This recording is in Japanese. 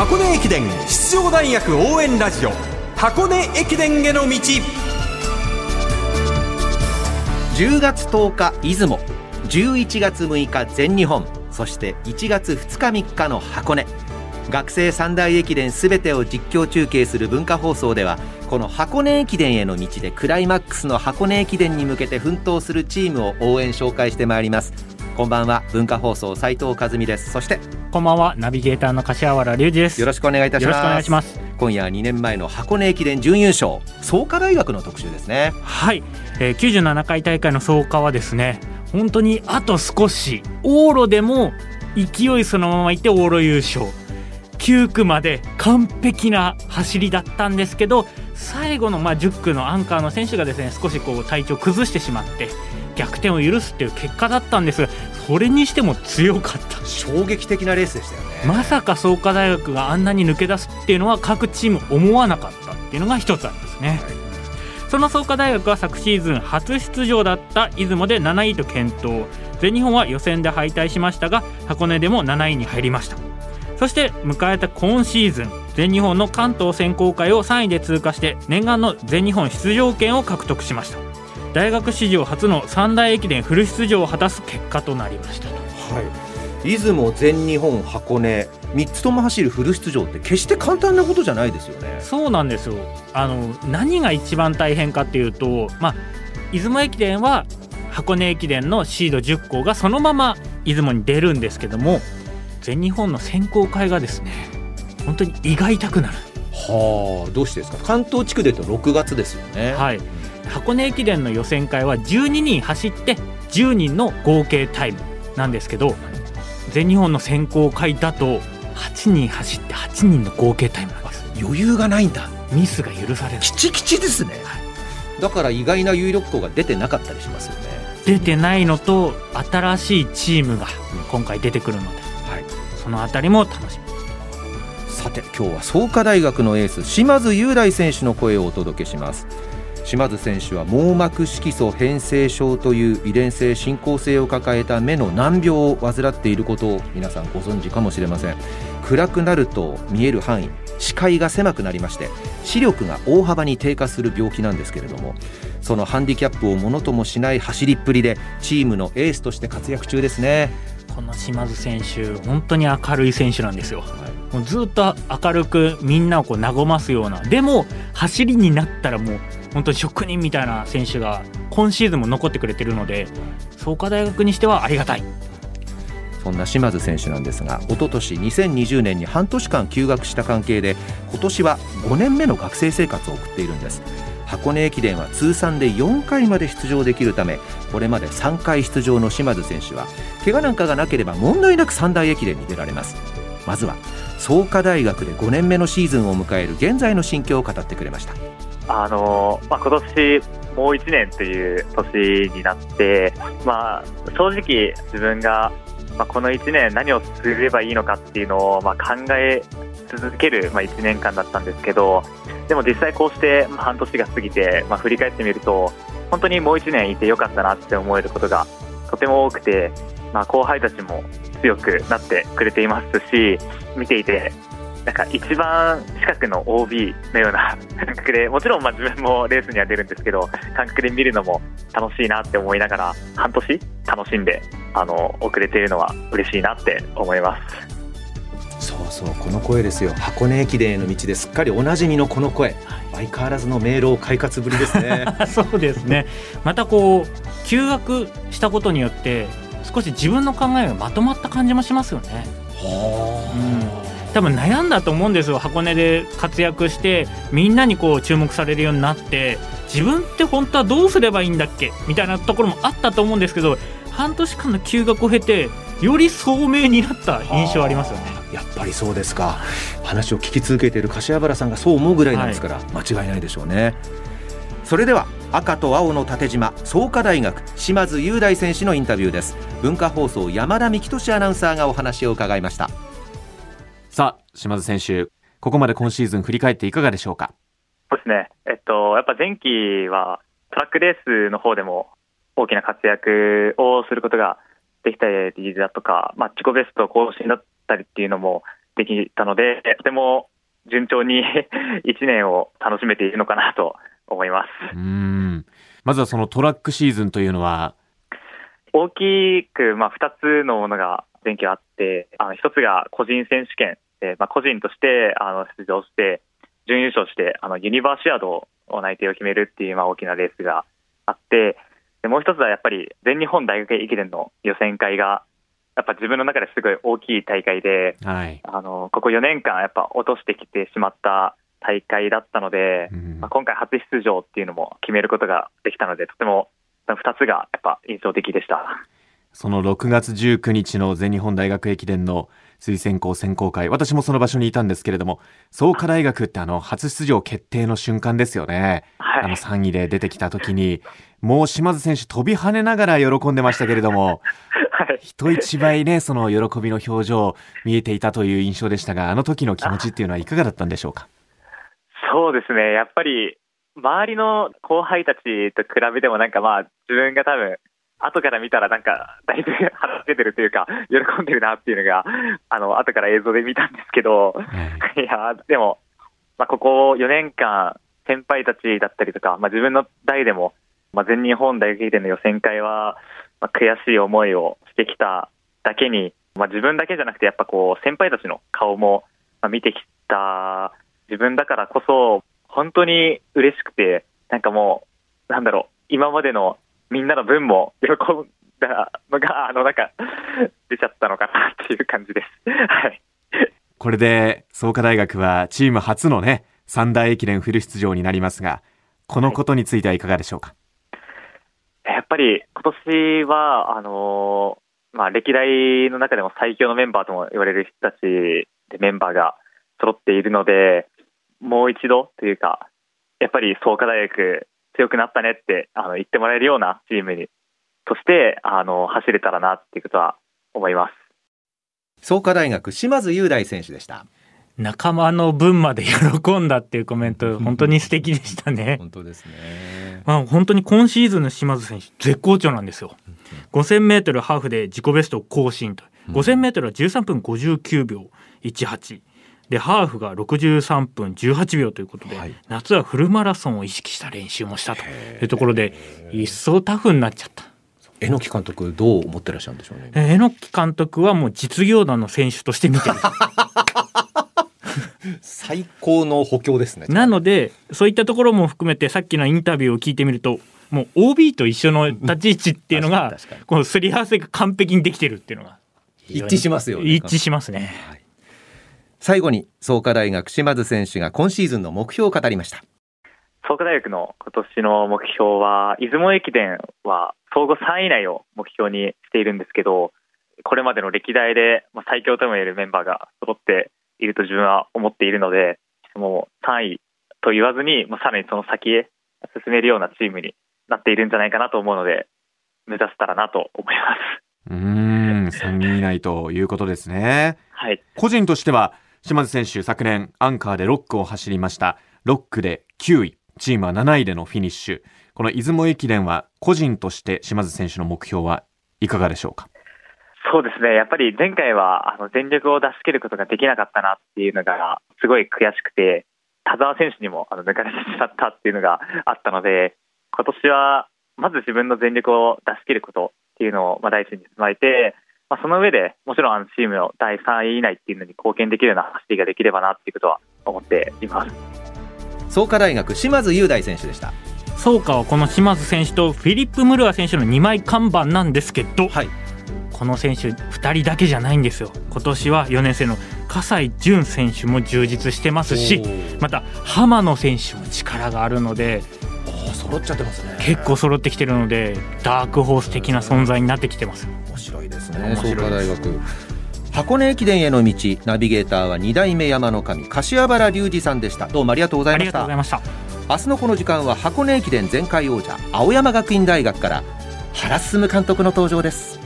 箱根駅伝出場大学応援ラジオ、箱根駅伝への道。 10月10日出雲、11月6日全日本、そして1月2日3日の箱根。学生三大駅伝すべてを実況中継する文化放送では、この箱根駅伝への道でクライマックスの箱根駅伝に向けて奮闘するチームを応援紹介してまいります。こんばんは、文化放送斉藤和美です。そしてこんばんは、ナビゲーターの柏原隆二です。 よろしくお願いいたします。 よろしくお願いします。 今夜は2年前の箱根駅伝準優勝、創価大学の特集ですね。 はい、97回大会の創価はですね、本当にあと少し、往路でも勢いそのままいて往路優勝、9区まで完璧な走りだったんですけど、最後の10区のアンカーの選手がですね、少し体調崩してしまって逆転を許すっていう結果だったんですが、それにしても強かった。 衝撃的なレースでしたよね。 まさか創価大学があんなに抜け出すっていうのは各チーム思わなかったっていうのが一つありますね、はい。その創価大学は昨シーズン初出場だった出雲で7位と健闘、全日本は予選で敗退しましたが箱根でも7位に入りました。そして迎えた今シーズン、全日本の関東選考会を3位で通過して念願の全日本出場権を獲得しました。大学史上初の三大駅伝フル出場を果たす結果となりました。 はい、出雲、全日本、箱根3つとも走るフル出場って決して簡単なことじゃないですよね。 そうなんですよ。何が一番大変かっていうと、出雲駅伝は箱根駅伝のシード10校がそのまま出雲に出るんですけども、全日本の選考会がですね、本当に胃が痛くなる。 はあ、どうしてですか。関東地区でと6月ですよね。 はい、箱根駅伝の予選会は12人走って10人の合計タイムなんですけど、全日本の選考会だと8人走って8人の合計タイムなんです。 余裕がないんだ。 ミスが許されない。 キチキチですね、はい。だから意外な有力校が出てなかったりしますよね。 出てないのと新しいチームが今回出てくるので、はい、そのあたりも楽しみ。 さて今日は創価大学のエース島津雄大選手の声をお届けします。島津選手は網膜色素変性症という遺伝性進行性を抱えた目の難病を患っていることを皆さんご存知かもしれません。暗くなると見える範囲、視界が狭くなりまして視力が大幅に低下する病気なんですけれども、そのハンディキャップをものともしない走りっぷりでチームのエースとして活躍中ですね。 この島津選手本当に明るい選手なんですよ、はい。もうずっと明るくみんなを和ますような、でも走りになったらもう本当に職人みたいな選手が今シーズンも残ってくれてるので、創価大学にしてはありがたい。 そんな島津選手なんですが、一昨年2020年に半年間休学した関係で今年は5年目の学生生活を送っているんです。箱根駅伝は通算で4回まで出場できるため、これまで3回出場の島津選手は怪我なんかがなければ問題なく三大駅伝に出られます。まずは創価大学で5年目のシーズンを迎える現在の心境を語ってくれました。 今年もう1年という年になって、正直自分がこの1年何をすればいいのかっていうのを考え続ける1年間だったんですけど、でも実際こうして半年が過ぎて振り返ってみると、本当にもう1年いてよかったなって思えることがとても多くて、後輩たちも強くなってくれていますし、見ていて一番近くの OB のような感覚で、もちろん自分もレースには出るんですけど、感覚で見るのも楽しいなって思いながら、半年楽しんで遅れているのは嬉しいなって思います。 そう、この声ですよ。箱根駅伝への道ですっかりおなじみのこの声、相変わらずの明朗快活ぶりですね。 そうですね。また休学したことによって少し自分の考えがまとまった感じもしますよね。多分悩んだと思うんですよ。箱根で活躍してみんなに注目されるようになって、自分って本当はどうすればいいんだっけみたいなところもあったと思うんですけど、半年間の休学を経てより聡明になった印象ありますよね。 やっぱりそうですか。話を聞き続けている柏原さんがそう思うぐらいなんですから、間違いないでしょうね。それでは赤と青の縦縞、創価大学島津雄大選手のインタビューです。文化放送山田幹俊アナウンサーがお話を伺いました。 さあ島津選手、ここまで今シーズン振り返っていかがでしょうか。 そうですね、やっぱ前期はトラックレースの方でも大きな活躍をすることができたりだとか、自己ベスト更新だったりっていうのもできたので、とても順調に1年を楽しめているのかなと思います。 まずはそのトラックシーズンというのは、 大きく2つのものが前期あって、1つが個人選手権で、個人として出場して準優勝してユニバーシアードを内定を決めるっていう大きなレースがあって、でもう一つはやっぱり全日本大学駅伝の予選会がやっぱ自分の中ですごい大きい大会で、ここ4年間やっぱ落としてきてしまった大会だったので、今回初出場っていうのも決めることができたので、とても2つがやっぱ印象的でした。 その6月19日の全日本大学駅伝の推薦校選考会、私もその場所にいたんですけれども、創価大学って初出場決定の瞬間ですよね。3位で出てきた時にもう島津選手飛び跳ねながら喜んでましたけれども、人一倍ね、その喜びの表情見えていたという印象でしたが、あの時の気持ちっていうのはいかがだったんでしょうか？ そうですね、やっぱり周りの後輩たちと比べても自分が多分後から見たらだいぶ腹出てるというか喜んでるなっていうのが後から映像で見たんですけど、いやでも、ここ4年間先輩たちだったりとか、自分の代でも、全日本大学駅伝の予選会は、悔しい思いをしてきただけに、自分だけじゃなくてやっぱ先輩たちの顔も見てきた自分だからこそ本当に嬉しくて、今までのみんなの分も喜んだのが出ちゃったのかなっていう感じです。はい。 これで創価大学はチーム初のね三大駅伝フル出場になりますが、このことについてはいかがでしょうか？ やっぱり今年は歴代の中でも最強のメンバーとも言われる人たちでメンバーが揃っているので、もう一度というかやっぱり創価大学強くなったねって言ってもらえるようなチームにとして走れたらなっていうことは思います。 創価大学島津雄大選手でした。 仲間の分まで喜んだっていうコメント本当に素敵でしたね。 本当ですね。 本当に今シーズンの島津選手絶好調なんですよ。5000m ハーフで自己ベスト更新と、5000m は13分59秒18で、ハーフが63分18秒ということで、夏はフルマラソンを意識した練習もしたというところで一層タフになっちゃった。 榎木監督どう思ってらっしゃるんでしょうね。 榎木監督はもう実業団の選手として見てる最高の補強ですね。 なのでそういったところも含めてさっきのインタビューを聞いてみると、もう OB と一緒の立ち位置っていうのがこのすり合わせが完璧にできてるっていうのが一致しますよね。 一致しますね。 最後に創価大学島津選手が今シーズンの目標を語りました。 創価大学の今年の目標は、出雲駅伝は総合3位以内を目標にしているんですけど、これまでの歴代で最強ともいえるメンバーが揃っていると自分は思っているので、もう3位と言わずにさらにその先へ進めるようなチームになっているんじゃないかなと思うので、目指せたらなと思います。 3位以内ということですね。 はい。 個人としては島津選手、昨年アンカーで6区を走りました。6区で9位、チームは7位でのフィニッシュ。この出雲駅伝は個人として島津選手の目標はいかがでしょうか？ そうですね、やっぱり前回は全力を出し切ることができなかったなっていうのがすごい悔しくて、田澤選手にも抜かれてしまったっていうのがあったので、今年はまず自分の全力を出し切ることっていうのを第一に備えて、その上でもちろんチームの第3位以内っていうのに貢献できるような走りができればなっていうことは思っています。 創価大学島津雄大選手でした。 創価はこの島津選手とフィリップ・ムルア選手の2枚看板なんですけど、この選手2人だけじゃないんですよ。今年は4年生の葛西潤選手も充実してますし、また浜野選手も力があるので揃っちゃってますね。 結構揃ってきてるのでダークホース的な存在になってきてます。 面白いですね。創価大学箱根駅伝への道、ナビゲーターは2代目山の神柏原隆二さんでした。どうもありがとうございました。 ありがとうございました。 明日のこの時間は箱根駅伝前回王者青山学院大学から原進監督の登場です。